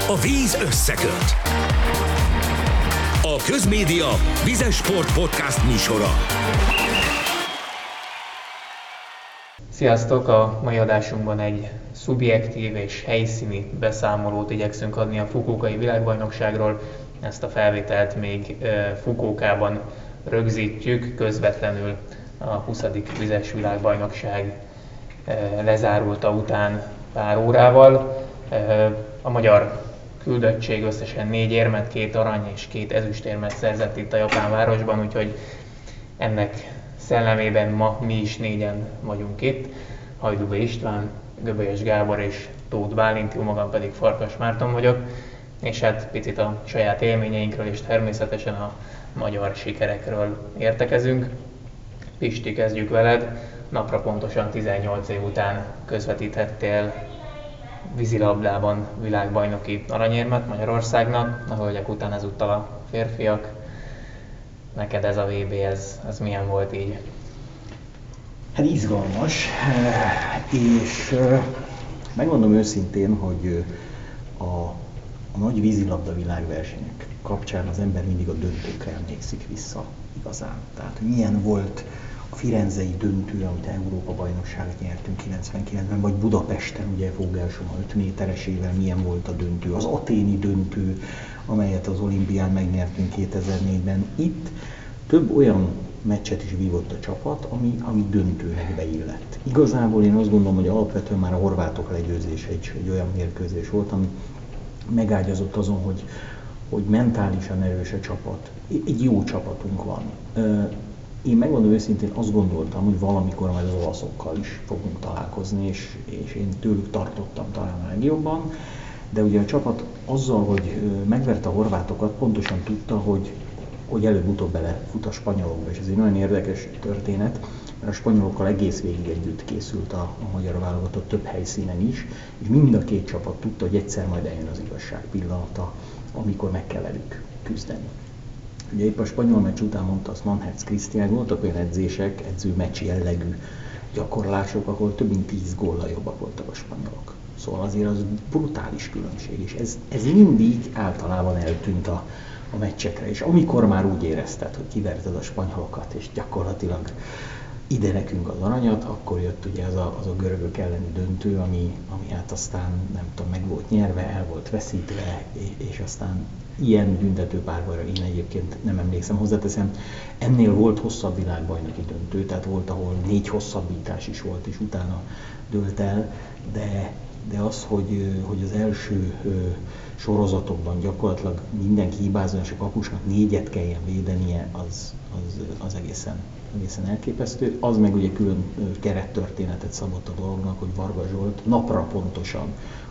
A víz összeköt. A Közmédia Vizes Sport Podcast műsora. Sziasztok! A mai adásunkban egy szubjektív és helyszíni beszámolót igyekszünk adni a Fukuokai világbajnokságról. Ezt a felvételt még Fukuokában rögzítjük, közvetlenül a 20. vizes világbajnokság lezárulta után pár órával. A magyar küldöttség összesen 4 érmet, 2 arany és 2 ezüstérmet szerzett itt a japán városban, úgyhogy ennek szellemében ma mi is 4-en vagyunk itt. Hajdúbé István, Göbölyes Gábor és Tóth Bálint, jó magam pedig Farkas Márton vagyok, és hát picit a saját élményeinkről és természetesen a magyar sikerekről értekezünk. Pisti, kezdjük veled. Napra pontosan 18 év után közvetíthettél vízilabdában világbajnoki aranyérmet Magyarországnak, a hölgyek után ezúttal a férfiak. Neked ez a VB, ez milyen volt így? Hát izgalmas, és megmondom őszintén, hogy a nagy vízilabda világversenyek kapcsán az ember mindig a döntőkre emlékszik vissza igazán. Tehát, hogy milyen volt a firenzei döntő, amit Európa-bajnokságot nyertünk 99-ben, vagy Budapesten, ugye Vogelsoma 5 méteresével milyen volt a döntő, az aténi döntő, amelyet az olimpián megnyertünk 2004-ben. Itt több olyan meccset is vívott a csapat, ami döntőnek beillett. Igazából én azt gondolom, hogy alapvetően már a horvátok legyőzése egy olyan mérkőzés volt, ami megágyazott azon, hogy mentálisan erős a csapat. Egy jó csapatunk van. Én megmondom őszintén, azt gondoltam, hogy valamikor majd az olaszokkal is fogunk találkozni, és én tőlük tartottam talán a legjobban, de ugye a csapat azzal, hogy megverte a horvátokat, pontosan tudta, hogy előbb-utóbb belefut a spanyolokba, és ez egy nagyon érdekes történet, mert a spanyolokkal egész végig együtt készült a magyar válogatott több helyszínen is, és mind a két csapat tudta, hogy egyszer majd eljön az igazság pillanata, amikor meg kell velük küzdeni. Ugye épp a spanyol meccs után mondta azt Manhertz Krisztián, voltak olyan edzések, edzőmeccs jellegű gyakorlások, ahol több mint 10 góllal jobbak voltak a spanyolok. Szóval azért az brutális különbség, és ez mindig általában eltűnt a meccsekre, és amikor már úgy érezted, hogy kiverted a spanyolokat, és gyakorlatilag ide nekünk az aranyat, akkor jött ugye az a görögök elleni döntő, ami hát aztán nem tudom, meg volt nyerve, el volt veszítve, és aztán ilyen büntetőpárbajra én egyébként nem emlékszem. Hozzáteszem, ennél volt hosszabb világbajnoki döntő, tehát volt, ahol 4 hosszabbítás is volt, és utána dőlt el, de az, hogy az első sorozatokban gyakorlatilag mindenki hibázon, és a kapusnak 4-et kelljen védenie, az egészen elképesztő. Az meg ugye külön kerettörténetet szabott a dolognak, hogy Varga Zsolt napra pontosan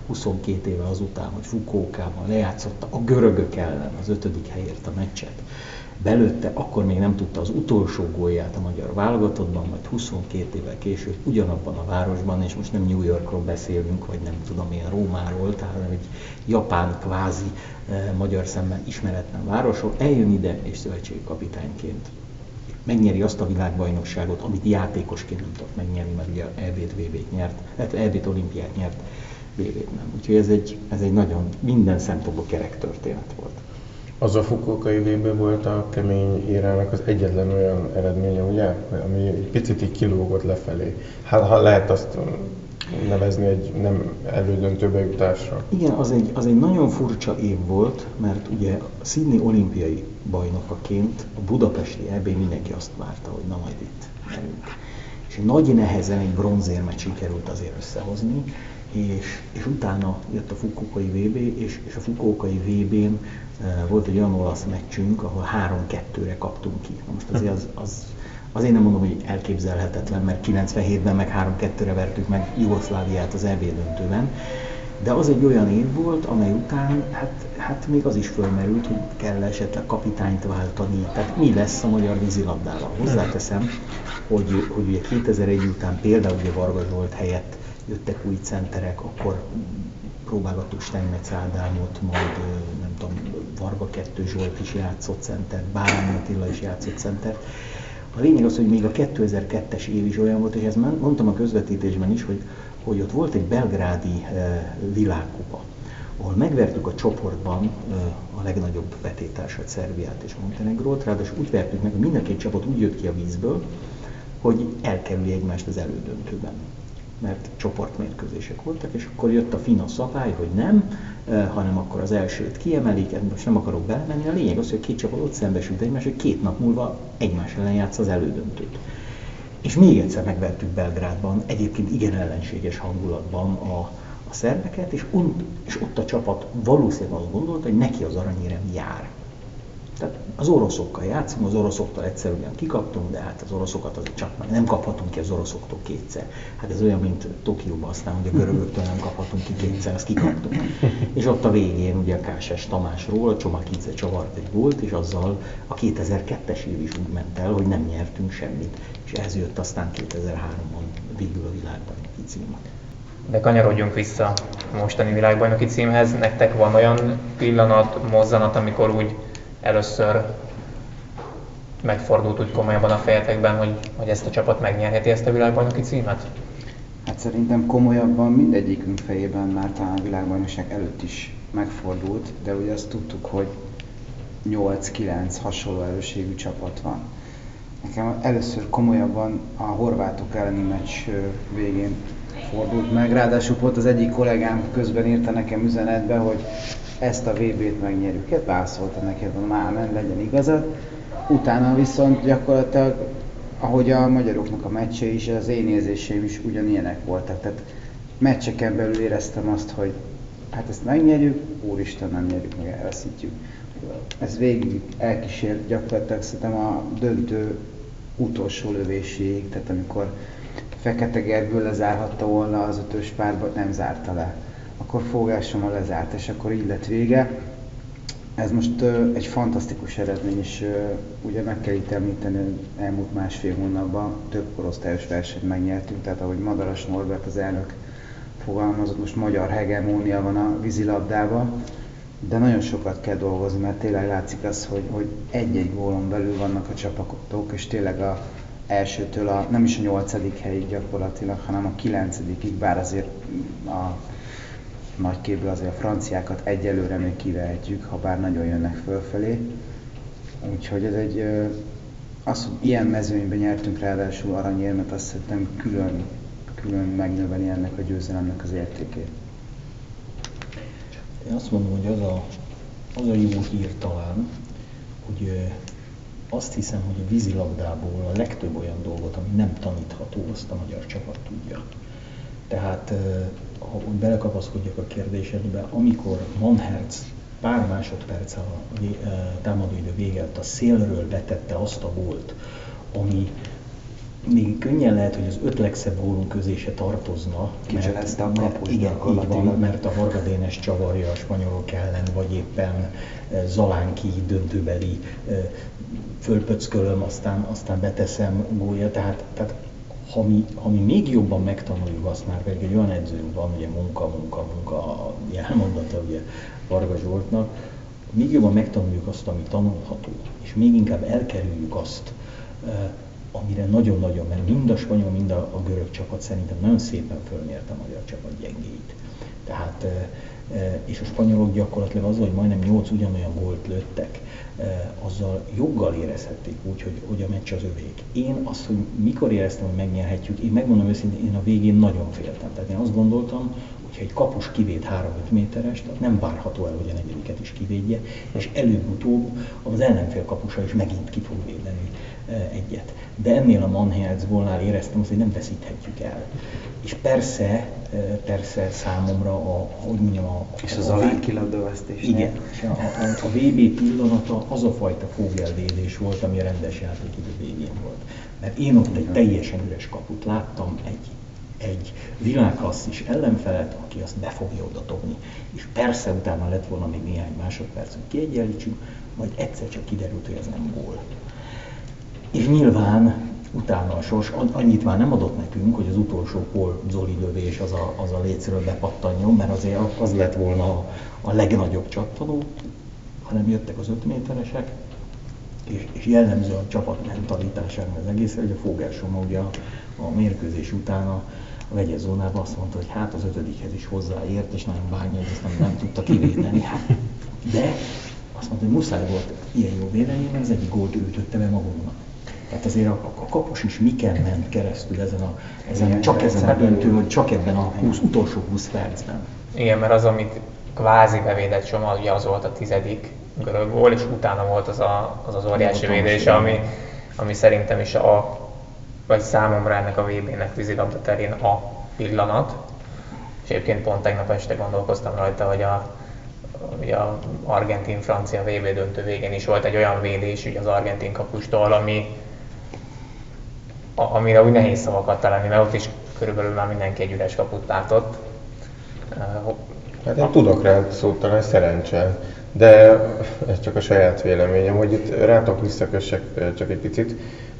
22 éve azután, hogy Fukuokában lejátszotta a görögök ellen az 5. helyért a meccset, belőtte, akkor még nem tudta az utolsó gólját a magyar válogatottban, majd 22 évvel később ugyanabban a városban, és most nem New Yorkról beszélünk, vagy nem tudom én Rómáról, tehát egy japán kvázi magyar szemben ismeretlen városról, eljön ide és szövetségi kapitányként megnyeri azt a világbajnokságot, amit játékosként nem tudott megnyerni, mert ugye EB-t, VB-t nyert, hát EB-t, olimpiát nyert, VB-t nem. Úgyhogy ez egy nagyon minden szempontból kerek történet volt. Az a Fukuokai VB volt a kemény érának az egyetlen olyan eredménye, ugye, ami egy picit így kilógott lefelé. Hát, ha lehet azt nevezni egy nem elődöntőbe jutásra. Igen, az egy nagyon furcsa év volt, mert ugye Sydney olimpiai bajnokaként a budapesti EB mindenki azt várta, hogy na majd itt nyerünk. És nagy nehezen egy bronzérmet sikerült azért összehozni, és utána jött a Fukuokai VB, és a Fukuokai VB-n volt egy olyan olasz meccsünk, ahol 3-2-re kaptunk ki. Na most azért azért nem mondom, hogy elképzelhetetlen, mert 97-ben meg 3-2-re vertük meg Jugoszláviát az EB döntőben, de az egy olyan év volt, amely után hát még az is fölmerült, hogy kell esetleg kapitányt váltani, tehát mi lesz a magyar vízilabdával. Hozzáteszem, hogy ugye 2001 után például ugye Varga Zsolt helyett jöttek új centerek, akkor próbálgattuk Steinmetz Ádámot, majd nem tudom, Varga 2 Zsolt is játszott center, Bálint Attila is játszott center. A lényeg az, hogy még a 2002-es év is olyan volt, és ezt mondtam a közvetítésben is, hogy ott volt egy belgrádi világkupa, ahol megvertük a csoportban a legnagyobb vetétársat, Szerbiát és Montenegrót, ráadásul úgy vertük meg, hogy mind a két csapat úgy jött ki a vízből, hogy elkerülje egymást az elődöntőben, mert csoportmérkőzések voltak, és akkor jött a fina szabály, hogy nem, hanem akkor az elsőt kiemelik, most nem akarok belemenni, a lényeg az, hogy a két csapat ott szembesült egymás, hogy 2 nap múlva egymás ellen játsz az elődöntőt. És még egyszer megvertük Belgrádban, egyébként igen ellenséges hangulatban a szerbeket, és ott a csapat valószínűleg azt gondolta, hogy neki az aranyérem jár. Tehát az oroszokkal játszunk, az oroszoktól egyszer ugyan kikaptunk, de hát az oroszokat azért csak meg nem kaphatunk ki az oroszoktól 2-szer. Hát ez olyan, mint Tokióban aztán, hogy a görögöktől nem kaphatunk ki 2-szer, azt kikaptunk. És ott a végén ugye a Káses Tamásról a Csomakidze csavart egy gólt, és azzal a 2002-es év is úgy ment el, hogy nem nyertünk semmit. És ez jött aztán 2003-ban végül a világbajnoki cím. De kanyarodjunk vissza a mostani világbajnoki címhez. Nektek van olyan pillanat, mozzanat, amikor úgy először megfordult úgy komolyabban a fejetekben, hogy ezt a csapat megnyerheti ezt a világbajnoki címet? Hát szerintem komolyabban mindegyikünk fejében már talán a világbajnokság előtt is megfordult, de ugye azt tudtuk, hogy 8-9 hasonló erősségű csapat van. Nekem először komolyabban a horvátok elleni meccs végén fordult meg, ráadásul volt az egyik kollégám közben írta nekem üzenetbe, hogy ezt a VB-t megnyerjük. Hát válaszoltam neked, mondom, ámen, legyen igazad. Utána viszont gyakorlatilag, ahogy a magyaroknak a meccse is, az én érzéseim is ugyanilyenek voltak. Tehát meccseken belül éreztem azt, hogy hát ezt megnyerjük, úristen, nem nyerjük, meg elveszítjük. Ez végig elkísért gyakorlatilag szerintem a döntő utolsó lövéséig, tehát amikor Fekete Gergő lezárhatta volna az 5-ös párba, nem zárta le. Akkor Fogásommal lezárt, és akkor így lett vége. Ez most egy fantasztikus eredmény, és ugye meg kell itt említeni, elmúlt 1,5 hónapban több korosztályos versenyt megnyertünk, tehát ahogy Madaras Norbert az elnök fogalmazott, most magyar hegemónia van a vízilabdában, de nagyon sokat kell dolgozni, mert tényleg látszik az, hogy egy-egy gólon belül vannak a csapatok, és tényleg a elsőtől nem is a 8. helyig gyakorlatilag, hanem a 9. bár azért a nagy képből azért a franciákat egyelőre még kivehetjük, ha bár nagyon jönnek fölfelé. Úgyhogy ez az, hogy ilyen mezőnyben nyertünk ráadásul aranyérmet, azt szerintem külön megnöveli ennek a győzelemnek az értékét. Én azt mondom, hogy az a jó hír talán, hogy azt hiszem, hogy a vízilabdából a legtöbb olyan dolgot, ami nem tanítható, azt a magyar csapat tudja. Tehát, ha úgy belekapaszkodjak a kérdésedbe, amikor Manherz pár másodperc a támadóidő vége előtt a szélről betette azt a gólt, ami még könnyen lehet, hogy az 5 legszebb gólunk közé se tartozna. Kicselezte a kapust. Igen, így van, mert a Varga Dénes csavarja a spanyolok ellen, vagy éppen Zalánki döntőbeli fölpöckölöm, aztán beteszem gólja. Tehát ha mi még jobban megtanuljuk azt, már pedig egy olyan edzőnk van, ugye munka, jelmondata ugye Varga Zsoltnak, még jobban megtanuljuk azt, ami tanulható, és még inkább elkerüljük azt, amire nagyon-nagyon, mert mind a spanyol, mind a görög csapat szerintem nagyon szépen fölmérte a magyar csapat gyengéit. Tehát, és a spanyolok gyakorlatilag azzal, hogy majdnem 8 ugyanolyan gólt lőttek, azzal joggal érezhették úgy, hogy a meccs az övék. Én azt, hogy mikor éreztem, hogy megnyerhetjük, én megmondom őszintén, én a végén nagyon féltem. Tehát én azt gondoltam, hogyha egy kapus kivéd 3-5 méteres, tehát nem várható el, hogy a negyediket is kivédje, és előbb-utóbb az ellenfél kapusa is megint ki fog védeni egyet. De ennél a Manherz-gólnál éreztem azt, hogy nem veszíthetjük el. És persze számomra és az Zalánki labdavesztés. Igen, a VB pillanata az a fajta fógelvédés volt, ami a rendes játékidő végén volt. Mert én ott egy teljesen üres kaput láttam, egy világklasszis ellenfelet, aki azt be fogja oda dobni. És persze utána lett volna még néhány másodperc, hogy kiegyenlítsük, majd egyszer csak kiderült, hogy ez nem gól. És nyilván utána a sors annyit már nem adott nekünk, hogy az utolsó Paul Zoli lövés az a lécről bepattanjon, mert azért az lett volna a legnagyobb csattanó, hanem jöttek az 5 méteresek, és jellemző a csapat mentalitásának az egészre, hogy a Fogás Soma ugye a mérkőzés után a vegyes zónában azt mondta, hogy hát az 5-hez is hozzáért, és nagyon bánja, hogy ezt nem tudta kivédeni. De azt mondta, hogy muszáj volt ilyen jó védeni, mert az egyik gólt ő ütötte be magunknak. Tehát azért a kapus is miken ment keresztül csak ezen a döntőn, vagy csak ebben a utolsó 20 percben. Igen, mert az, amit kvázi bevédett Csoma, ugye az volt a 10. görög gól, és utána volt az óriási védés, ami szerintem is vagy számomra ennek a VB-nek vízilabda terén a pillanat. És egyébként pont tegnap este gondolkoztam rajta, hogy a argentin-francia VB döntő végén is volt egy olyan védés ugye az argentin kapustól, amire úgy nehéz szavakat találni, mert ott is körülbelül már mindenki egy üres kaput látott. Hát én tudok rá szót talán, szerencse, de ez csak a saját véleményem, hogy itt rátok visszakössek csak egy picit.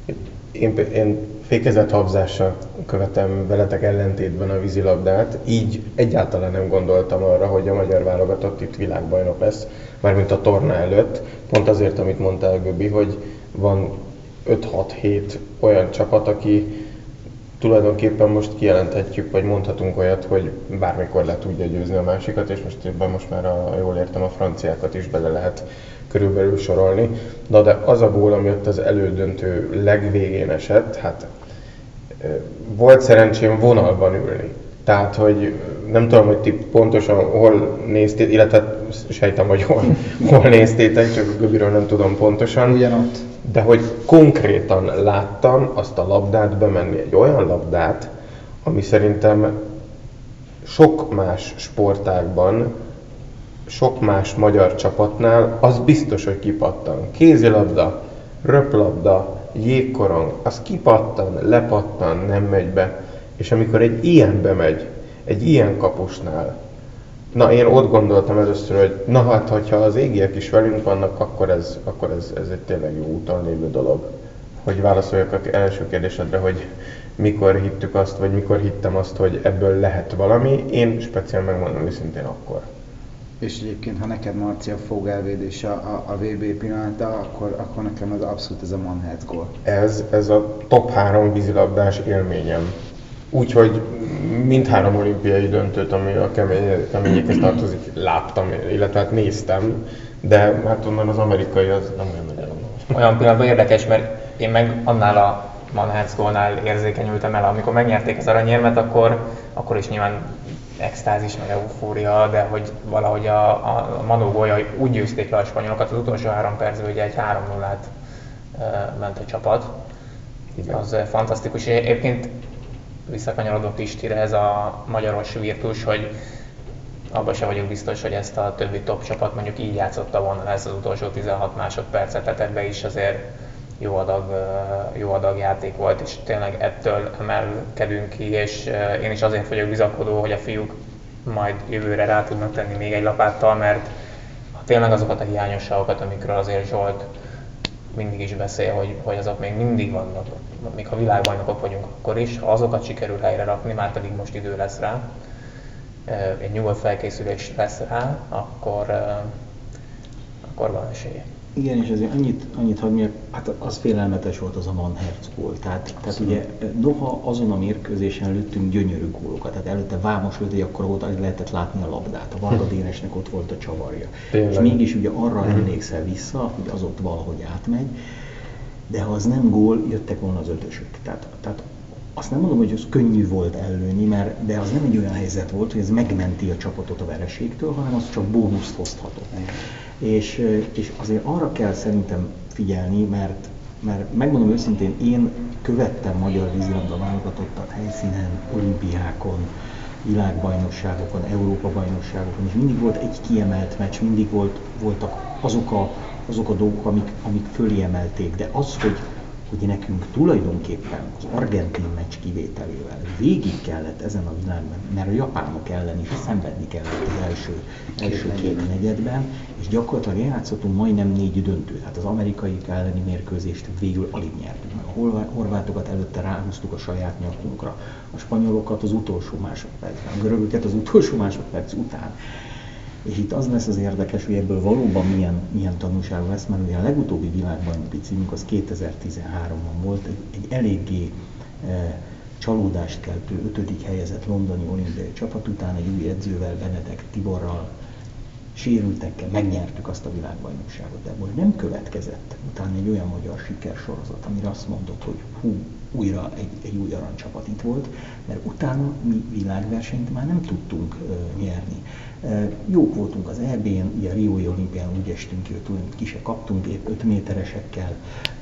Én fékezett habzással követem veletek ellentétben a vízilabdát, így egyáltalán nem gondoltam arra, hogy a magyar válogatott itt világbajnok lesz, mármint a torna előtt, pont azért, amit mondtál, Göbi, hogy van 5-6-7 olyan csapat, aki tulajdonképpen most kijelenthetjük, vagy mondhatunk olyat, hogy bármikor le tudja győzni a másikat, és most már, jól értem, a franciákat is bele lehet körülbelül sorolni. De az a gól, ami ott az elődöntő legvégén esett, hát volt szerencsém vonalban ülni. Tehát, hogy nem tudom, hogy ti pontosan hol néztétek, illetve sejtem, hogy hol néztétek, csak a Göbiről nem tudom pontosan. Ugyanott. De hogy konkrétan láttam azt a labdát bemenni, egy olyan labdát, ami szerintem sok más sportágban, sok más magyar csapatnál, az biztos, hogy kipattan. Kézilabda, röplabda, jégkorong, az kipattan, lepattan, nem megy be. És amikor egy ilyen bemegy, egy ilyen kapusnál, na én ott gondoltam először, hogy na hát, hogyha az égiek is velünk vannak, akkor ez egy tényleg jó úton lévő dolog. Hogy válaszoljak az első kérdésedre, hogy mikor hittük azt, vagy mikor hittem azt, hogy ebből lehet valami, én speciál megmondom őszintén akkor. És egyébként, ha neked, Marci, a fogelvédés a VB pillanata, akkor nekem az abszolút ez a Manhertz gól. Ez a top 3 vízilabdás élményem. Úgyhogy mindhárom olimpiai döntőt, ami a keményekhez tartozik, láttam, illetve hát néztem, de hát onnan az amerikai az nem olyan nagyon. Olyan pillanatban érdekes, mert én meg annál a Manhertz gólnál érzékenyültem el, amikor megnyerték az aranyérmet, akkor is nyilván extázis, meg eufória, de hogy valahogy a Manu góljai úgy győzték le a spanyolokat, az utolsó 3 percben ugye egy 3-0-át ment a csapat. Igen. Az fantasztikus, és egyébként visszakanyarodott Pistire, ez a magyaros virtus, hogy abban sem vagyok biztos, hogy ezt a többi top csapat mondjuk így játszotta volna ezt az utolsó 16 másodpercet, tehát ebbe is azért jó adag játék volt, és tényleg ettől emelkedünk ki, és én is azért vagyok bizakodó, hogy a fiúk majd jövőre rá tudnak tenni még egy lapáttal, mert ha tényleg azokat a hiányosságokat, amikről azért Zsolt mindig is beszél, hogy azok még mindig vannak, még ha világbajnokok vagyunk akkor is, ha azokat sikerül helyre rakni, már pedig most idő lesz rá, egy nyugodt felkészülés lesz rá, akkor van esélye. Igen, és azért annyit hadd mondjak, hát az félelmetes volt az a Manhertz gól. Tehát ugye noha azon a mérkőzésen lőttünk gyönyörű gólokat, tehát előtte Vámos lőtt, hogy akkor volt, hogy lehetett látni a labdát, a Varga Dénesnek ott volt a csavarja. Tényleg. És mégis ugye arra emlékszel vissza, hogy az ott valahogy átmegy, de ha az nem gól, jöttek volna az ötösök. Tehát azt nem mondom, hogy az könnyű volt ellőni, de az nem egy olyan helyzet volt, hogy ez megmenti a csapatot a vereségtől, hanem az csak bónuszt hozhatott. És azért arra kell szerintem figyelni, mert megmondom őszintén, én követtem magyar vízilabda válogatottat helyszínen, olimpiákon, világbajnokságokon, Európa-bajnokságokon, és mindig volt egy kiemelt meccs, mindig voltak azok a dolgok, amik fölé emelték, de az, hogy nekünk tulajdonképpen az argentin meccs kivételével végig kellett ezen a világban, mert a japánok ellen is szenvedni kellett az első két negyedben, és gyakorlatilag játszottunk majdnem 4 döntőt. Hát az amerikai elleni mérkőzést végül alig nyertünk meg. A horvátokat előtte ráhúztuk a saját nyakunkra, a spanyolokat az utolsó másodpercben, a görögöket az utolsó másodperc után. És itt az lesz az érdekes, hogy ebből valóban milyen tanulság lesz, mert ugye a legutóbbi világbajnoki címünk az 2013-ban volt, egy eléggé csalódást keltő 5. helyezett londoni olimpiai csapat után egy új edzővel, Benedek Tiborral, sérültekkel megnyertük azt a világbajnokságot, de ebből nem következett utána egy olyan magyar sikersorozat, amire azt mondott, hogy újra egy új aranycsapat itt volt, mert utána mi világversenyt már nem tudtunk nyerni. Jók voltunk az EB-n, ugye a Riói olimpián úgy estünk ki, hogy ki se kaptunk, épp 5 méteresekkel,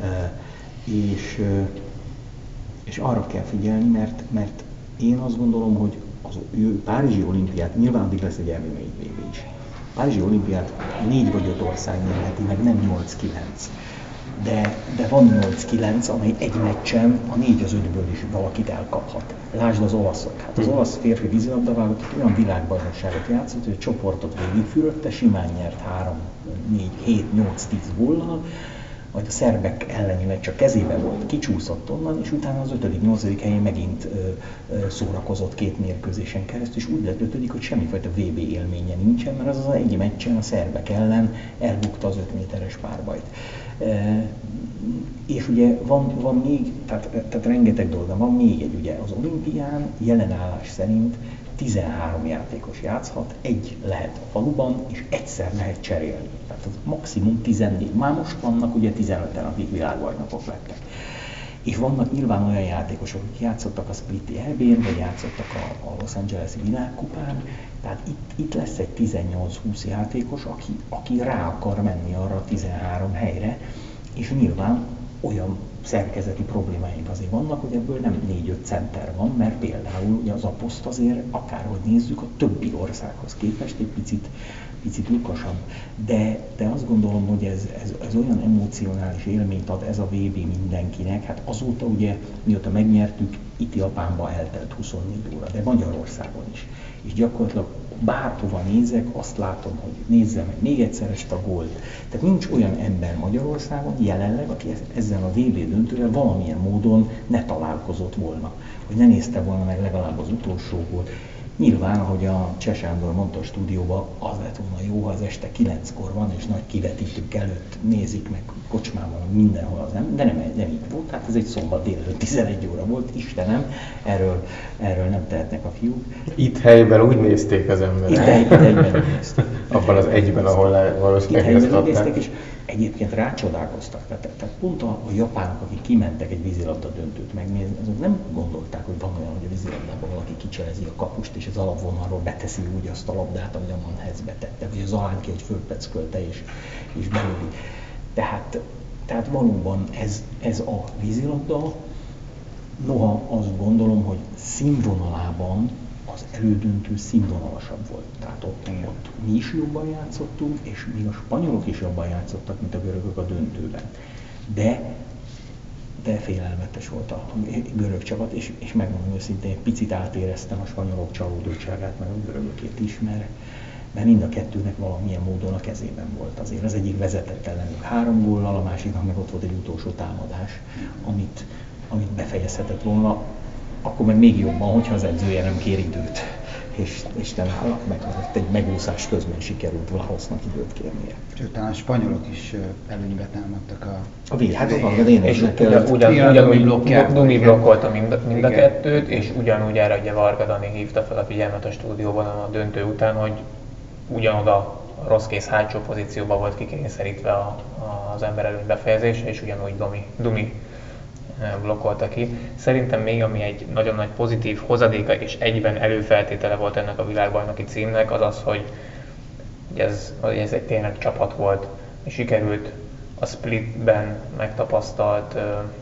és arra kell figyelni, mert én azt gondolom, hogy az Párizsi olimpiát nyilván addig lesz egy EB, egy VB is. A Párizsi olimpiát 4 vagy 5 ország nyerheti, meg nem 8-9. De van 8-9, amely egy meccsen a 4 az 5-ből is valakit elkaphat. Lásd az olaszok. Hát az olasz férfi vízilabdaválogatott olyan világbajnokságot játszott, hogy a csoportot végigfürödte, simán nyert 3, 4, 7, 8, 10 góllal, vagy a szerbek elleni csak kezébe volt, kicsúszott onnan, és utána az 5.-8. helyen megint szórakozott 2 mérkőzésen keresztül, és úgy lett 5., hogy semmifajta VB élménye nincsen, mert az egy meccsen a szerbek ellen elbukta az 5 méteres párbajt. És ugye van még, tehát rengeteg dolga, van még egy, ugye az olimpián jelenállás szerint 13 játékos játszhat, egy lehet a faluban, és egyszer lehet cserélni. Tehát az maximum 14. Már most vannak ugye 15-en, akik világbajnokok lettek. És vannak nyilván olyan játékosok, akik játszottak a Spliti EB-n, vagy játszottak a Los Angeles-i világkupán. Tehát itt lesz egy 18-20 játékos, aki rá akar menni arra a 13 helyre, és nyilván olyan szerkezeti problémáink azért vannak, hogy ebből nem 4-5 center van, mert például ugye az Aposzt azért, akárhogy nézzük, a többi országhoz képest egy picit lukasabb. De azt gondolom, hogy ez olyan emocionális élményt ad ez a VB mindenkinek. Hát azóta ugye, mióta megnyertük, itt Japánban eltelt 24 óra, de Magyarországon is. És gyakorlatilag bárhova nézek, azt látom, hogy nézzem meg még egyszer ezt a gólt. Tehát nincs olyan ember Magyarországon jelenleg, aki ezzel a VB döntővel valamilyen módon ne találkozott volna. Hogy ne nézte volna meg legalább az utolsó gólt. Nyilván, ahogy a Cseh Sándor mondta a stúdióban, az lett volna jó, ha az este 9-kor van, és nagy kivetítők előtt nézik meg kocsmában mindenhol az nem, de nem így volt. Hát ez egy szombat délelőtt 11 óra volt, Istenem, erről nem tehetnek a fiúk. Itt helyben úgy nézték az emberek. Itt helyben nézték. Abban az egyben, ahol valószínűleg ezt adták. És egyébként rácsodálkoztak. Tehát pont a japánok, akik kimentek egy vízilabda döntőt megnézni, azok nem gondolták, hogy van olyan, hogy a vízilabdában valaki kicselezi a kapust, és az alapvonalról beteszi úgy azt a labdát, ahogy a Manhezbe tette, vagy az Alánki egy fölpeckölte és belőli. Tehát valóban ez a vízilabda, noha azt gondolom, hogy színvonalában az elődöntő színvonalasabb volt. Tehát ott mi is jobban játszottunk, és még a spanyolok is jobban játszottak, mint a görögök a döntőben. De félelmetes volt a görög csapat, és megmondom őszintén, egy picit átéreztem a spanyolok csalódottságát, meg a görögökét is, mert mind a kettőnek valamilyen módon a kezében volt azért. Az egyik vezetett ellenük 3 góllal, a másiknak meg ott volt egy utolsó támadás, amit befejezhetett volna, akkor meg még jobban, hogyha az edzője nem kér időt. És Isten hála, egy megúszás közben sikerült Vlahosznak időt kérnie. Sőt, talán a spanyolok is előnybe támadtak hát én és ugyanúgy Dumi blokkolta mind a kettőt, és ugyanúgy erre ugye Varga Dani hívta fel a figyelmet a stúdióban a döntő után, hogy ugyanoda rossz kész hátsó pozícióban volt kikényszerítve az ember előny befejezése, és ugyanúgy Dumi blokkolta ki. Szerintem még ami egy nagyon nagy pozitív hozadéka és egyben előfeltétele volt ennek a világbajnoki címnek, az az, hogy ez egy tényleg csapat volt, és sikerült a Splitben megtapasztalt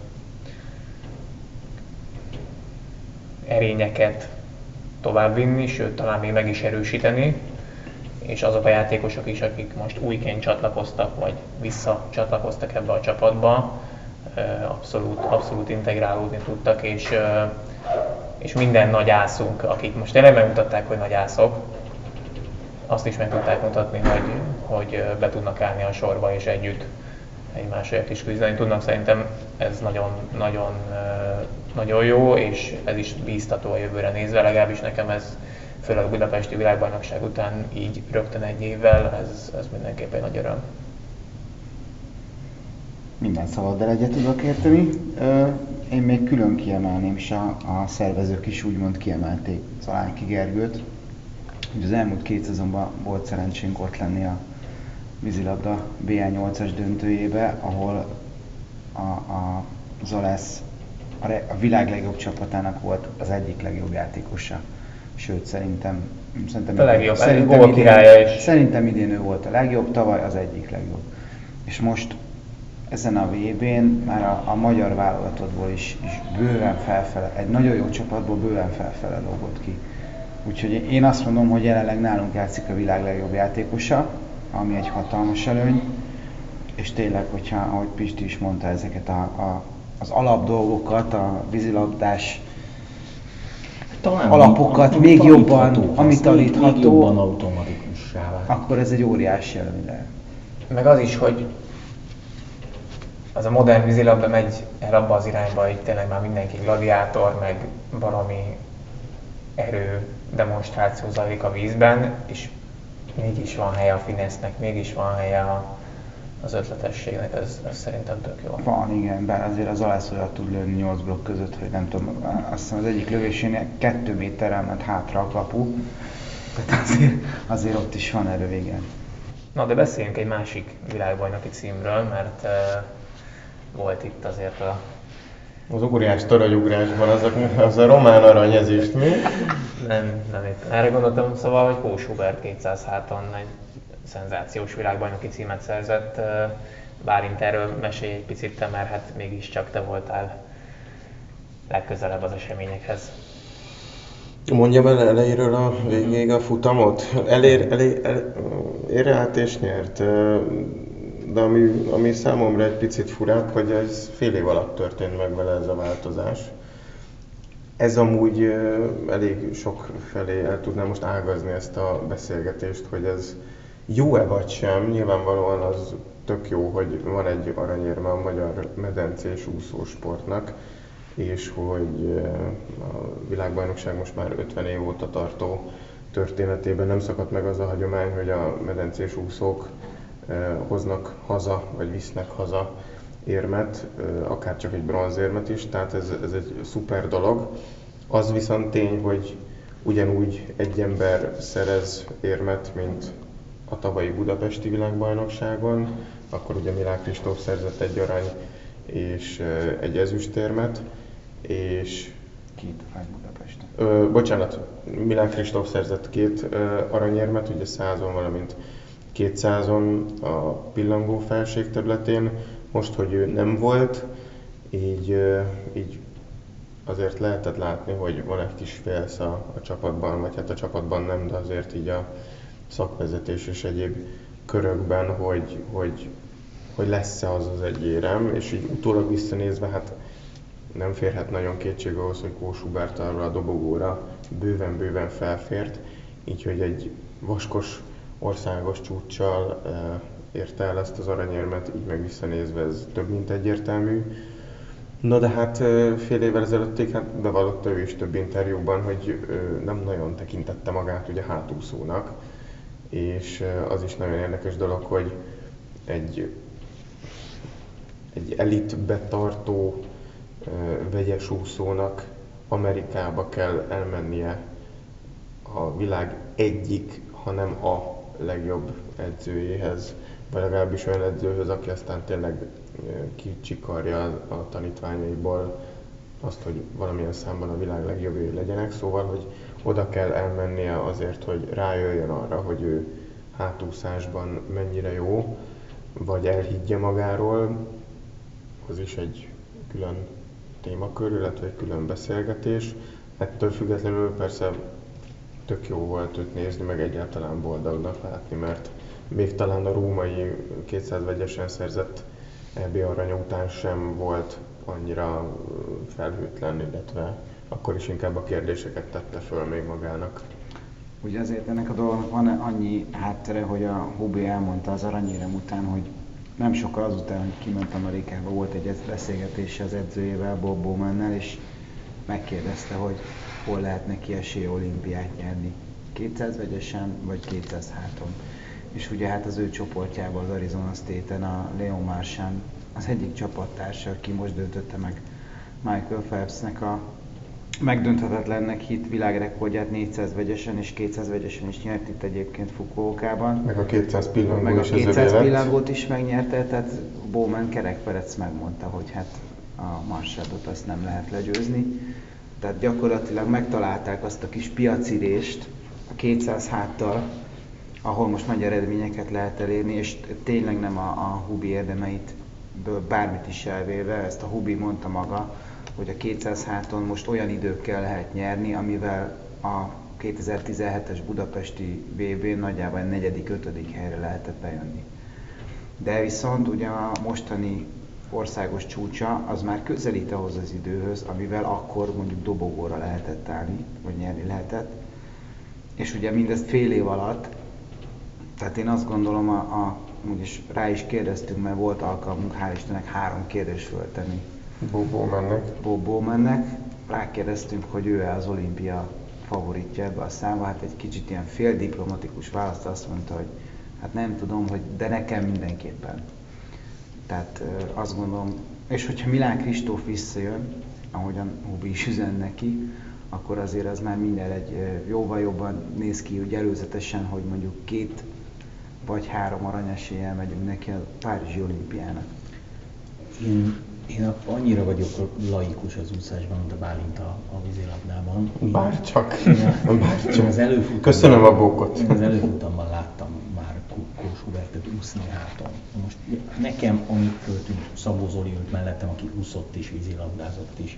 erényeket továbbvinni, sőt talán még meg is erősíteni, és azok a játékosok is, akik most újként csatlakoztak, vagy visszacsatlakoztak ebbe a csapatba, abszolút integrálódni tudtak, és minden nagy ászunk, akik most tényleg megmutatták, hogy nagy ászok, azt is meg tudták mutatni, hogy be tudnak állni a sorba, és együtt egymásért is küzdeni tudnak. Szerintem ez nagyon jó, és ez is bíztató a jövőre nézve, legalábbis nekem ez, főleg a budapesti világbajnokság után így rögtön egy évvel, ez mindenképp egy nagy öröm. Minden szavaddal egyet tudok érteni. Én még külön kiemelném, és a szervezők is úgymond kiemelték Zalánki Gergőt. Ugye az elmúlt 2 szezonban volt szerencsénk ott lenni a vízilabda BL8-as döntőjébe, ahol a Zalesz a világ legjobb csapatának volt az egyik legjobb játékosa. Sőt, szerintem a legjobb, gól királya is. Szerintem idén ő volt a legjobb, tavaly az egyik legjobb. És most ezen a VB-n már a magyar válogatottból is bőven felfele, egy nagyon jó csapatból bőven felfele lógott ki. Úgyhogy én azt mondom, hogy jelenleg nálunk játszik a világ legjobb játékosa, ami egy hatalmas előny, és tényleg, hogyha, ahogy Pisti is mondta, ezeket az alapdolgokat, a vízilabdás talán alapokat még jobban, ami tanítható, még jobban automatikussá vált. Akkor ez egy óriási előny lehet. Meg az is, hogy az a modern vízilabda megy el abba az irányba, hogy tényleg már mindenki gladiátor, meg valami erő demonstráció zajlik a vízben, és mégis van helye a finesznek, mégis van helye az ötletességnek, ez szerintem tök jó. Van, igen, bár azért az Zalesz olyat tud lőni 8 blokk között, hogy nem tudom, azt hiszem az egyik lövésénél 2 méterrel ment hátra a kapu, tehát azért ott is van erő, igen. Na, de beszéljünk egy másik világbajnoki címről, mert volt itt azért Az óriás torajugrásban az a román aranyezést mi? Nem éppen. Erre gondoltam, szóval, hogy Kós Hubert 200 háton egy szenzációs világbajnoki címet szerzett. Bálint, erről mesélj egy picit te, mert hát mégiscsak te voltál legközelebb az eseményekhez. Mondjam el elejéről a végéig a futamot. Ér át és nyert. De ami számomra egy picit furább, hogy ez fél év alatt történt meg vele ez a változás. Ez amúgy elég sok felé el tudnám most ágazni ezt a beszélgetést, hogy ez jó-e vagy sem. Nyilvánvalóan az tök jó, hogy van egy aranyérme a magyar medencés úszósportnak, és hogy a világbajnokság most már 50 év óta tartó történetében nem szakadt meg az a hagyomány, hogy a medencés úszók hoznak haza, vagy visznek haza érmet, akár csak egy bronzérmet is, tehát ez egy szuper dolog. Az viszont tény, hogy ugyanúgy egy ember szerez érmet, mint a tavalyi budapesti világbajnokságon, akkor ugye Milák Kristóf szerzett egy arany és egy ezüstérmet, és... Két arany Budapesten. Bocsánat, Milák Kristóf szerzett 2 aranyérmet, ugye 100-on, valamint 200-on a pillangó felség területén. Most, hogy ő nem volt, így azért lehetett látni, hogy van egy kis félsz a csapatban, vagy hát a csapatban nem, de azért így a szakvezetés és egyéb körökben, hogy lesz-e az egy érem, és így utólag visszanézve, hát nem férhet nagyon kétség ahhoz, hogy Kós Hubert arra a dobogóra bőven felfért, így hogy egy vaskos országos csúccsal érte el ezt az aranyérmet, így meg visszanézve ez több mint egyértelmű. Na de hát fél évvel ezelőttig hát bevallotta ő is több interjúban, hogy nem nagyon tekintette magát ugye hátúszónak, és az is nagyon érdekes dolog, hogy egy elitbe tartó vegyes úszónak Amerikába kell elmennie a világ egyik, hanem a legjobb edzőjéhez, vagy legalábbis olyan edzőhöz, aki aztán tényleg kicsikarja a tanítványaiból azt, hogy valamilyen számban a világ legjobbjai legyenek, szóval, hogy oda kell elmennie azért, hogy rájöjjön arra, hogy ő hátúszásban mennyire jó, vagy elhiggye magáról, az is egy külön témakör, illetve egy külön beszélgetés. Ettől függetlenül persze tök jó volt őt nézni, meg egyáltalán boldognak látni, mert még talán a római 200 vegyesen szerzett EB aranya után sem volt annyira felhőtlen, illetve akkor is inkább a kérdéseket tette föl még magának. Ugye azért ennek a dolognak van annyi háttere, hogy a Hubi elmondta az aranyérem után, hogy nem sokkal azután, hogy kiment Amerikába, volt egy beszélgetése az edzőjével, Bob Bowmannel, és megkérdezte, hogy hol lehet neki esélye olimpiát nyerni. 200 vegyesen, vagy 200 háton. És ugye hát az ő csoportjában az Arizona State-en a Leon Marchand az egyik csapattársa, aki most döntötte meg Michael Phelpsnek a megdönthetetlennek hit világrekordját 400 vegyesen és 200 vegyesen is nyert itt egyébként Fukuokában. Meg a 200 pillangó Meg a is 200 pillangót is megnyerte, tehát Bowman kerekperec megmondta, hogy hát a Marshallot azt nem lehet legyőzni. Tehát gyakorlatilag megtalálták azt a kis piacirést a 200 háttal, ahol most nagy eredményeket lehet elérni, és tényleg nem a Hubi érdemeitből bármit is elvéve, ezt a Hubi mondta maga, hogy a 200 háton most olyan időkkel lehet nyerni, amivel a 2017-es budapesti VB-n nagyjából 4.-5. helyre lehetett bejönni. De viszont ugye a mostani országos csúcsa az már közelít ahhoz az időhöz, amivel akkor mondjuk dobogóra lehetett állni, vagy nyerni lehetett. És ugye mindezt fél év alatt, tehát én azt gondolom, úgyis rá is kérdeztünk, mert volt alkalmunk, hál' Istennek 3 kérdést föltenni Bob Bowmannek. Rákérdeztünk, hogy ő-e az olimpia favoritja ebbe a számba, hát egy kicsit ilyen féldiplomatikus választ, azt mondta, hogy hát nem tudom, de nekem mindenképpen. Tehát azt gondolom, és hogyha Milán Kristóf visszajön, ahogyan Hubi is üzen neki, akkor azért az már minden jóval jobban néz ki, úgy előzetesen, hogy mondjuk 2 vagy 3 aranyeséllyel megyünk neki a Párizsi olimpiának. Én annyira vagyok laikus az úszásban, mint a Bálint a vízilabdában. Bárcsak. Köszönöm a bókot. Én az előfutamban láttam már Kós Hubertet úszni háton. Most nekem, amit föltűnt, Szabó Zoli ült mellettem, aki úszott is, vízilabdázott is.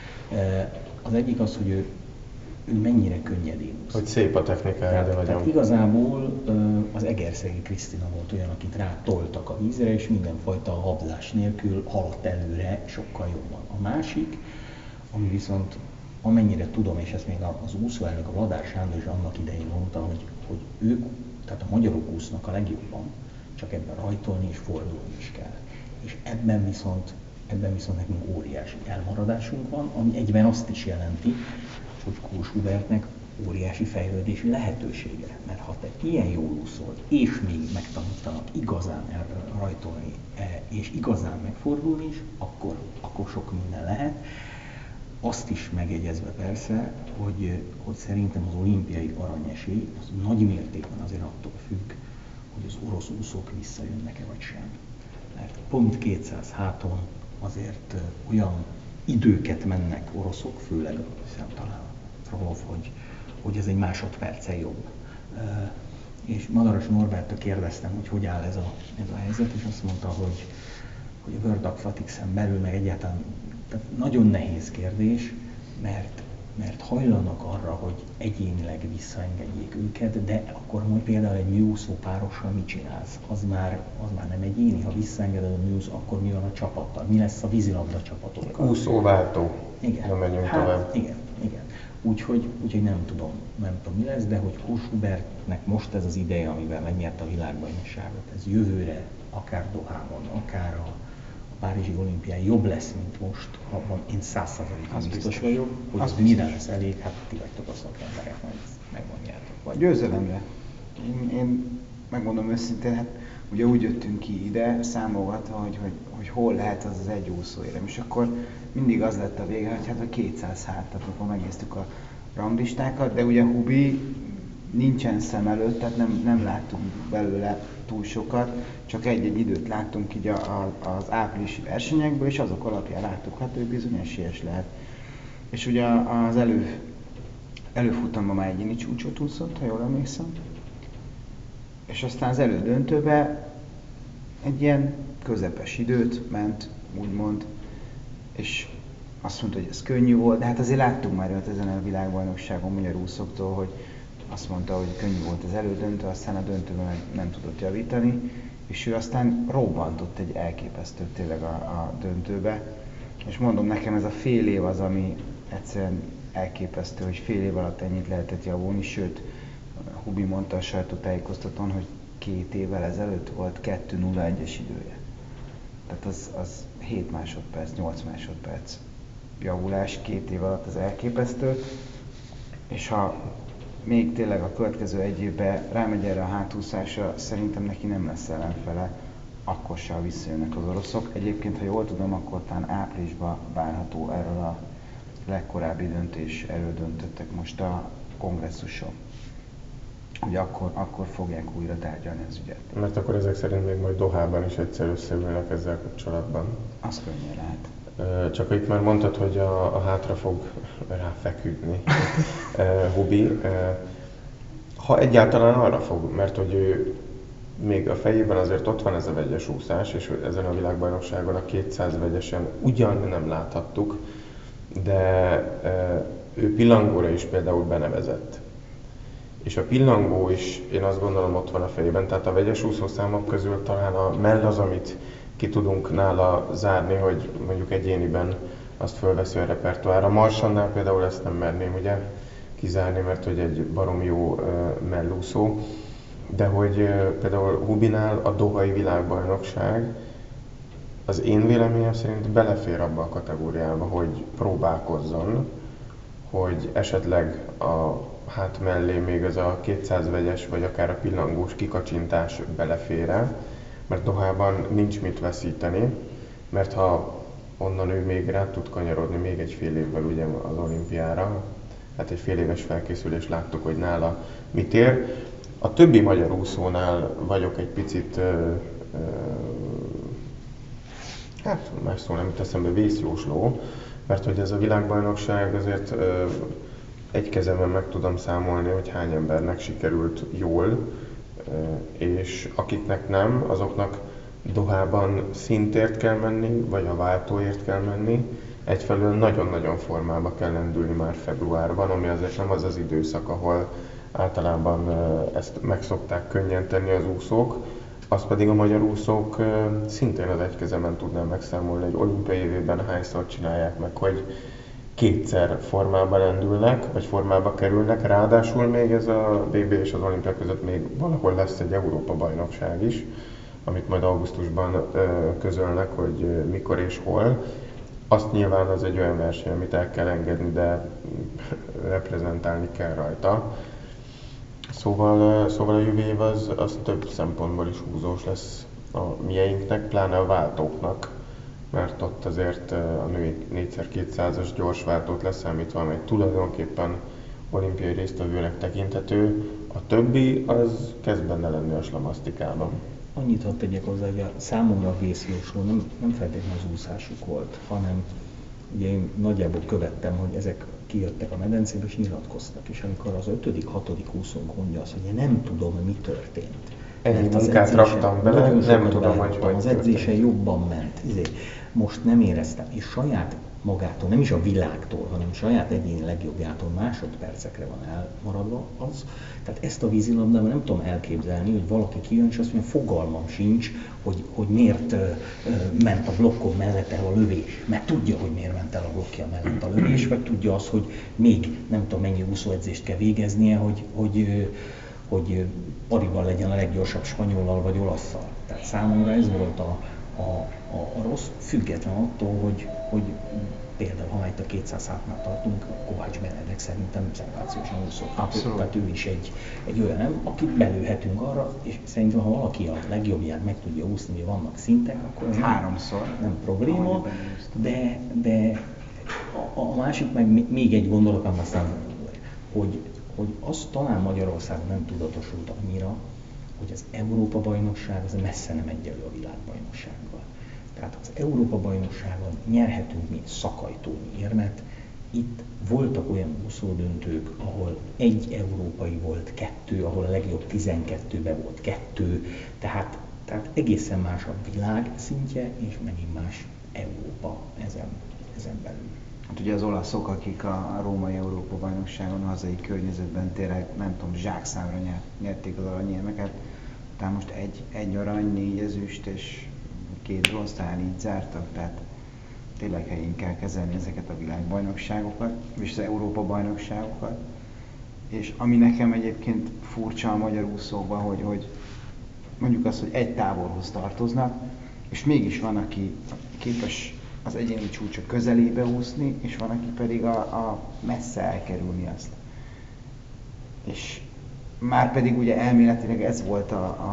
Az egyik az, hogy ő mennyire könnyedén úsz. Hogy szép a technikája, de Tehát igazából az Egerszegi Krisztina volt olyan, akit rátoltak a vízre, és mindenfajta habzás nélkül haladt előre sokkal jobban. A másik, ami viszont amennyire tudom, és ezt még az úszóelnök, a Vladár Sándor is annak idején mondta, hogy ők, tehát a magyarok úsznak a legjobban, csak ebben rajtolni és fordulni is kell. És ebben viszont nekünk óriási elmaradásunk van, ami egyben azt is jelenti, hogy Kós Hubertnek óriási fejlődési lehetősége. Mert ha te ilyen jól úszol, és még megtanítanak igazán rajtolni, és igazán megfordulni is, akkor sok minden lehet. Azt is megjegyezve persze, hogy szerintem az olimpiai aranyesély az nagy mértékben azért attól függ, hogy az orosz úszók visszajönnek-e vagy sem. Mert pont 200 háton azért olyan időket mennek oroszok, főleg talán Frolov, hogy ez egy másodperccel jobb. És Madaras Norberttől kérdeztem, hogy áll ez a helyzet, és azt mondta, hogy a World Aquatics-en belül meg egyáltalán tehát nagyon nehéz kérdés, mert hajlanak arra, hogy egyénileg visszaengedjék őket, de akkor majd például egy műúszó párossal mit csinálsz? Az már nem egyéni, ha visszaengeded a műúszó, akkor mi van a csapattal? Mi lesz a vízilabda csapatokkal? Úszóváltó. Igen. Nem menjünk tovább. Igen. Úgyhogy nem tudom, mi lesz, de hogy Kós Hubertnek most ez az ideje, amivel megnyerte a világbajnokságot, ez jövőre, akár Dohában, akár a Párizsi olimpián jobb lesz, mint most, abban én 100%-ban biztos vagyok, hogy az mire lesz elég, hát ti vagytok a szakemberek, majd megmondjátok. Győzelemre. Én megmondom őszintén, hát ugye úgy jöttünk ki ide, számolgatva, hogy hol lehet az egy úszóérem, és akkor mindig az lett a vége, hogy hát a 200 hátat, akkor megnéztük a ranglistákat, de ugye Hubi nincsen szem előtt, tehát nem láttunk belőle túl sokat, csak egy-egy időt láttunk így az áprilisi versenyekből, és azok alapján láttuk, hát ő bizony esélyes lehet. És ugye az előfutamban már egyéni csúcsot úszott, ha jól emlékszem, és aztán az elődöntőbe egy ilyen közepes időt ment, úgymond, és azt mondta, hogy ez könnyű volt, de hát azért láttunk már őt ezen a világbajnokságon magyar úszóktól, hogy azt mondta, hogy könnyű volt az elődöntő, aztán a döntőben nem tudott javítani, és ő aztán robbantott egy elképesztő tényleg a döntőbe. És mondom, nekem ez a fél év az, ami egyszerűen elképesztő, hogy fél év alatt ennyit lehetett javulni, sőt, Hubi mondta a sajtótájékoztatón, hogy 2 évvel ezelőtt volt 2:01-es idője. Tehát az 7 másodperc, 8 másodperc javulás 2 év alatt, az elképesztő. És ha még tényleg a következő egy évben rámegy erre a hátúszásra, szerintem neki nem lesz ellenfele, akkossal visszajönnek az oroszok. Egyébként, ha jól tudom, akkor talán áprilisban várható erről a legkorábbi döntés, erről döntöttek most a kongresszuson. Ugye akkor fogják újra tárgyalni az ügyet. Mert akkor ezek szerint még majd Dohában is egyszer összeülnek ezzel kapcsolatban. Az könnyen lehet. Csak itt már mondtad, hogy a hátra fog ráfeküdni Hubi. Ha egyáltalán arra fog, mert hogy ő még a fejében azért ott van ez a vegyes úszás, és ezen a világbajnokságon a 200 vegyesen ugyan nem láthattuk, de ő pillangóra is például benevezett. És a pillangó is, én azt gondolom, ott van a fejében, tehát a vegyes úszószámok közül talán a mell az, amit ki tudunk nála zárni, hogy mondjuk egyéniben azt fölveszi a repertoárra. Marsannál például ezt nem merném ugye kizárni, mert hogy egy baromi jó mellúszó, de hogy például Hubinál a dohai világbajnokság az én véleményem szerint belefér abba a kategóriába, hogy próbálkozzon, hogy esetleg a hát mellé még ez a 200 vegyes, vagy akár a pillangós kikacsintás belefér, mert Dohában nincs mit veszíteni, mert ha onnan ő még rá tud kanyarodni még egy fél évvel ugye az olimpiára, hát egy fél éves felkészülés láttuk, hogy nála mit ér. A többi magyar úszónál vagyok egy picit, hát más szó nem jut eszembe, vészjósló, mert hogy ez a világbajnokság azért egy kezemben meg tudom számolni, hogy hány embernek sikerült jól, és akiknek nem, azoknak Dohában szintért kell menni, vagy a váltóért kell menni. Egyfelől nagyon-nagyon formába kell lendülni már februárban, ami azért nem az az időszak, ahol általában ezt meg szokták könnyen tenni az úszók. Azt pedig a magyar úszók szintén az egy kezemen tudnám megszámolni, hogy olimpiai évében hányszor csinálják meg, hogy kétszer formába lendülnek, vagy formába kerülnek, ráadásul még ez a VB és az olimpia között még valahol lesz egy Európa-bajnokság is, amit majd augusztusban közölnek, hogy mikor és hol. Azt nyilván az egy olyan verseny, amit el kell engedni, de reprezentálni kell rajta. Szóval a jövő év az több szempontból is húzós lesz a mieinknek, pláne a váltóknak, mert ott azért a női 4x200-as gyors váltót leszámítva, amely tulajdonképpen olimpiai résztvevőnek tekinthető, a többi az kezd benne lenni a slamasztikában. Annyit hadd tegyek hozzá, hogy a számomra vészjósló nem feltétlenül az úszásuk volt, hanem ugye én nagyjából követtem, hogy ezek kijöttek a medencébe és nyilatkoztak, és amikor az 5.-6. úszónk mondja azt, hogy én nem tudom, mi történt. Ennyi munkát raktam bele, nem tudom, hogy az edzésen jobban ment. Most nem éreztem, és saját magától, nem is a világtól, hanem saját egyéni legjobbjától másodpercekre van elmaradva az. Tehát ezt a vízilabdában nem tudom elképzelni, hogy valaki kijön, és azt mondja, fogalmam sincs, hogy miért ment a blokkon mellett el a lövés. Mert tudja, hogy miért ment el a blokkja mellett a lövés, vagy tudja azt, hogy még nem tudom mennyi úszóedzést kell végeznie, hogy pariban legyen a leggyorsabb spanyollal vagy olaszszal. Tehát számomra ez volt a rossz, független attól, hogy például, ha itt a 200 hátnál tartunk, Kovács Benedek szerintem szenzációsan úszott. Abszolút. Tehát ő is egy olyan, nem, akit belőhetünk arra, és szerintem, ha valaki a legjobbját meg tudja úszni, hogy vannak szintek, akkor ez nem probléma, de a másik meg még egy gondolatom aztán, hogy az talán Magyarországon nem tudatosult annyira, hogy az Európa-bajnokság az messze nem egyenlő a világbajnoksággal. Tehát az Európa-bajnokságon nyerhetünk mi szakajtónyi érmet. Itt voltak olyan úszódöntők, ahol egy európai volt 2, ahol a legjobb 12-ben volt 2, tehát egészen más a világ szintje, és megint más Európa ezen belül. Hát ugye az olaszok, akik a római Európa-bajnokságon, a hazai környezetben tényleg, nem tudom, zsákszámra nyerték az aranyérmeket, tehát most egy arany, 4 ezüst és 2 bronz, talán így zártak, tehát tényleg helyén kell kezelni ezeket a világbajnokságokat, és az Európa-bajnokságokat. És ami nekem egyébként furcsa a magyar úszókban, hogy mondjuk azt, hogy egy táborhoz tartoznak, és mégis van, aki képes az egyéni csúcsa közelébe úszni, és van, aki pedig a messze elkerülni azt. És már pedig ugye elméletileg ez volt a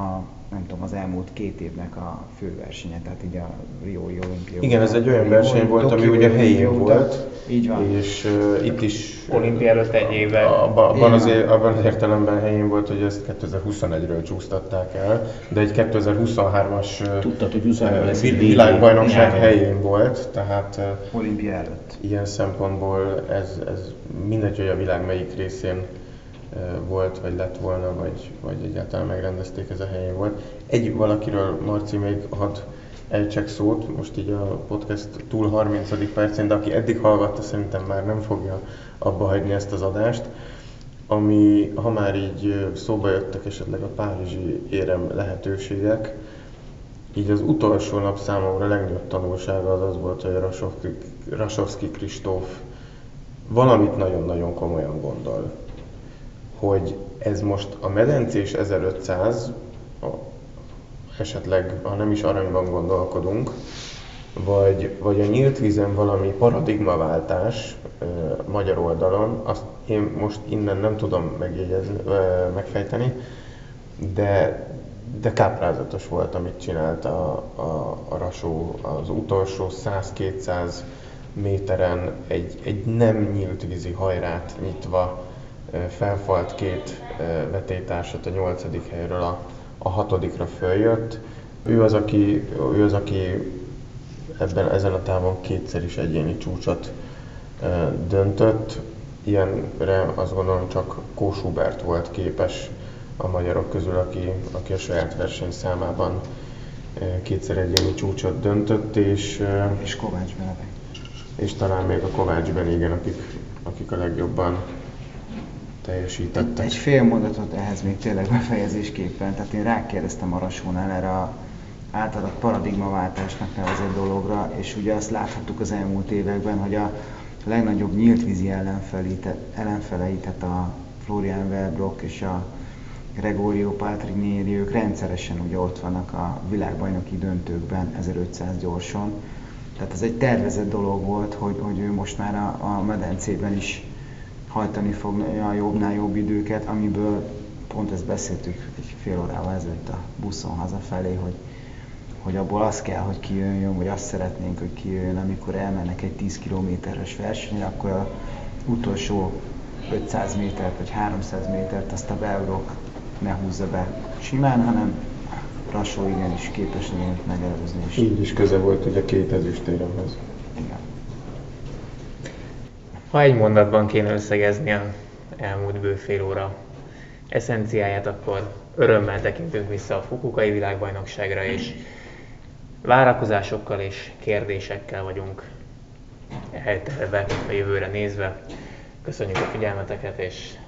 nem tudom, az elmúlt 2 évnek a főversenye, tehát így a Riói olimpia. Igen, ez egy olyan verseny volt, ami ugye helyén volt. Így van. És itt is Olimpia előtt egy évvel. Abban az értelemben helyén volt, hogy ezt 2021-ről csúsztatták el, de egy 2023-as Tudtad, hogy 23-ban lesz egy világbajnokság helyén volt, tehát Olimpia előtt. ilyen szempontból ez mindegy, hogy a világ melyik részén volt, vagy lett volna, vagy egyáltalán megrendezték, ez a helyén volt. Egy valakiről, Marci, még hadd ejtsek szót, most így a podcast túl 30. percén, de aki eddig hallgatta, szerintem már nem fogja abba hagyni ezt az adást, ami, ha már így szóba jöttek esetleg a párizsi érem lehetőségek, így az utolsó nap számomra legnagyobb tanulsága az volt, hogy Rasovszky Kristóf valamit nagyon-nagyon komolyan gondol. Hogy ez most a medencés 1500, esetleg, ha nem is aranyban gondolkodunk, vagy a nyílt vízen valami paradigmaváltás magyar oldalon, azt én most innen nem tudom megfejteni, de káprázatos volt, amit csinált a Rasó az utolsó 100-200 méteren egy nem nyílt vízi hajrát nyitva, felfalt 2 vetélytársat a 8. helyről a 6-ra följött. Ő az, aki ezen a távon 2-szer is egyéni csúcsot döntött. Ilyenre azt gondolom csak Kós Hubert volt képes a magyarok közül, aki a saját versenyszámában 2-szer egyéni csúcsot döntött, és Kovács Benedek. És talán még a Kovács Ben, igen, akik a legjobban teljesítettek. Egy fél mondatot ehhez még tényleg befejezésképpen, tehát én rákérdeztem a Rasónál erre a általad paradigmaváltásnak nevezett dologra, és ugye azt láthattuk az elmúlt években, hogy a legnagyobb nyíltvízi ellenfelei, tehát a Florian Wellbrock és a Gregorio Paltrinieri, ők rendszeresen ugye ott vannak a világbajnoki döntőkben 1500 gyorsan. Tehát ez egy tervezett dolog volt, hogy ő most már a medencében is hajtani fog a jobbnál jobb időket, amiből pont ezt beszéltük egy fél órával ezelőtt a buszon hazafelé, hogy abból az kell, hogy kijöjjön, vagy azt szeretnénk, hogy kijöjjön, amikor elmennek egy 10 kilométeres versenyre, akkor az utolsó 500 métert vagy 300 métert azt a Wellbrock ne húzza be simán, hanem Rasó igenis képes legyen megelőzni. Így is köze volt ugye 2 ezüstéremhez. Igen. Ha egy mondatban kéne összegezni az elmúlt bő fél óra eszenciáját, akkor örömmel tekintünk vissza a Fukuokai világbajnokságra, és várakozásokkal és kérdésekkel vagyunk eltelve a jövőre nézve. Köszönjük a figyelmeteket, és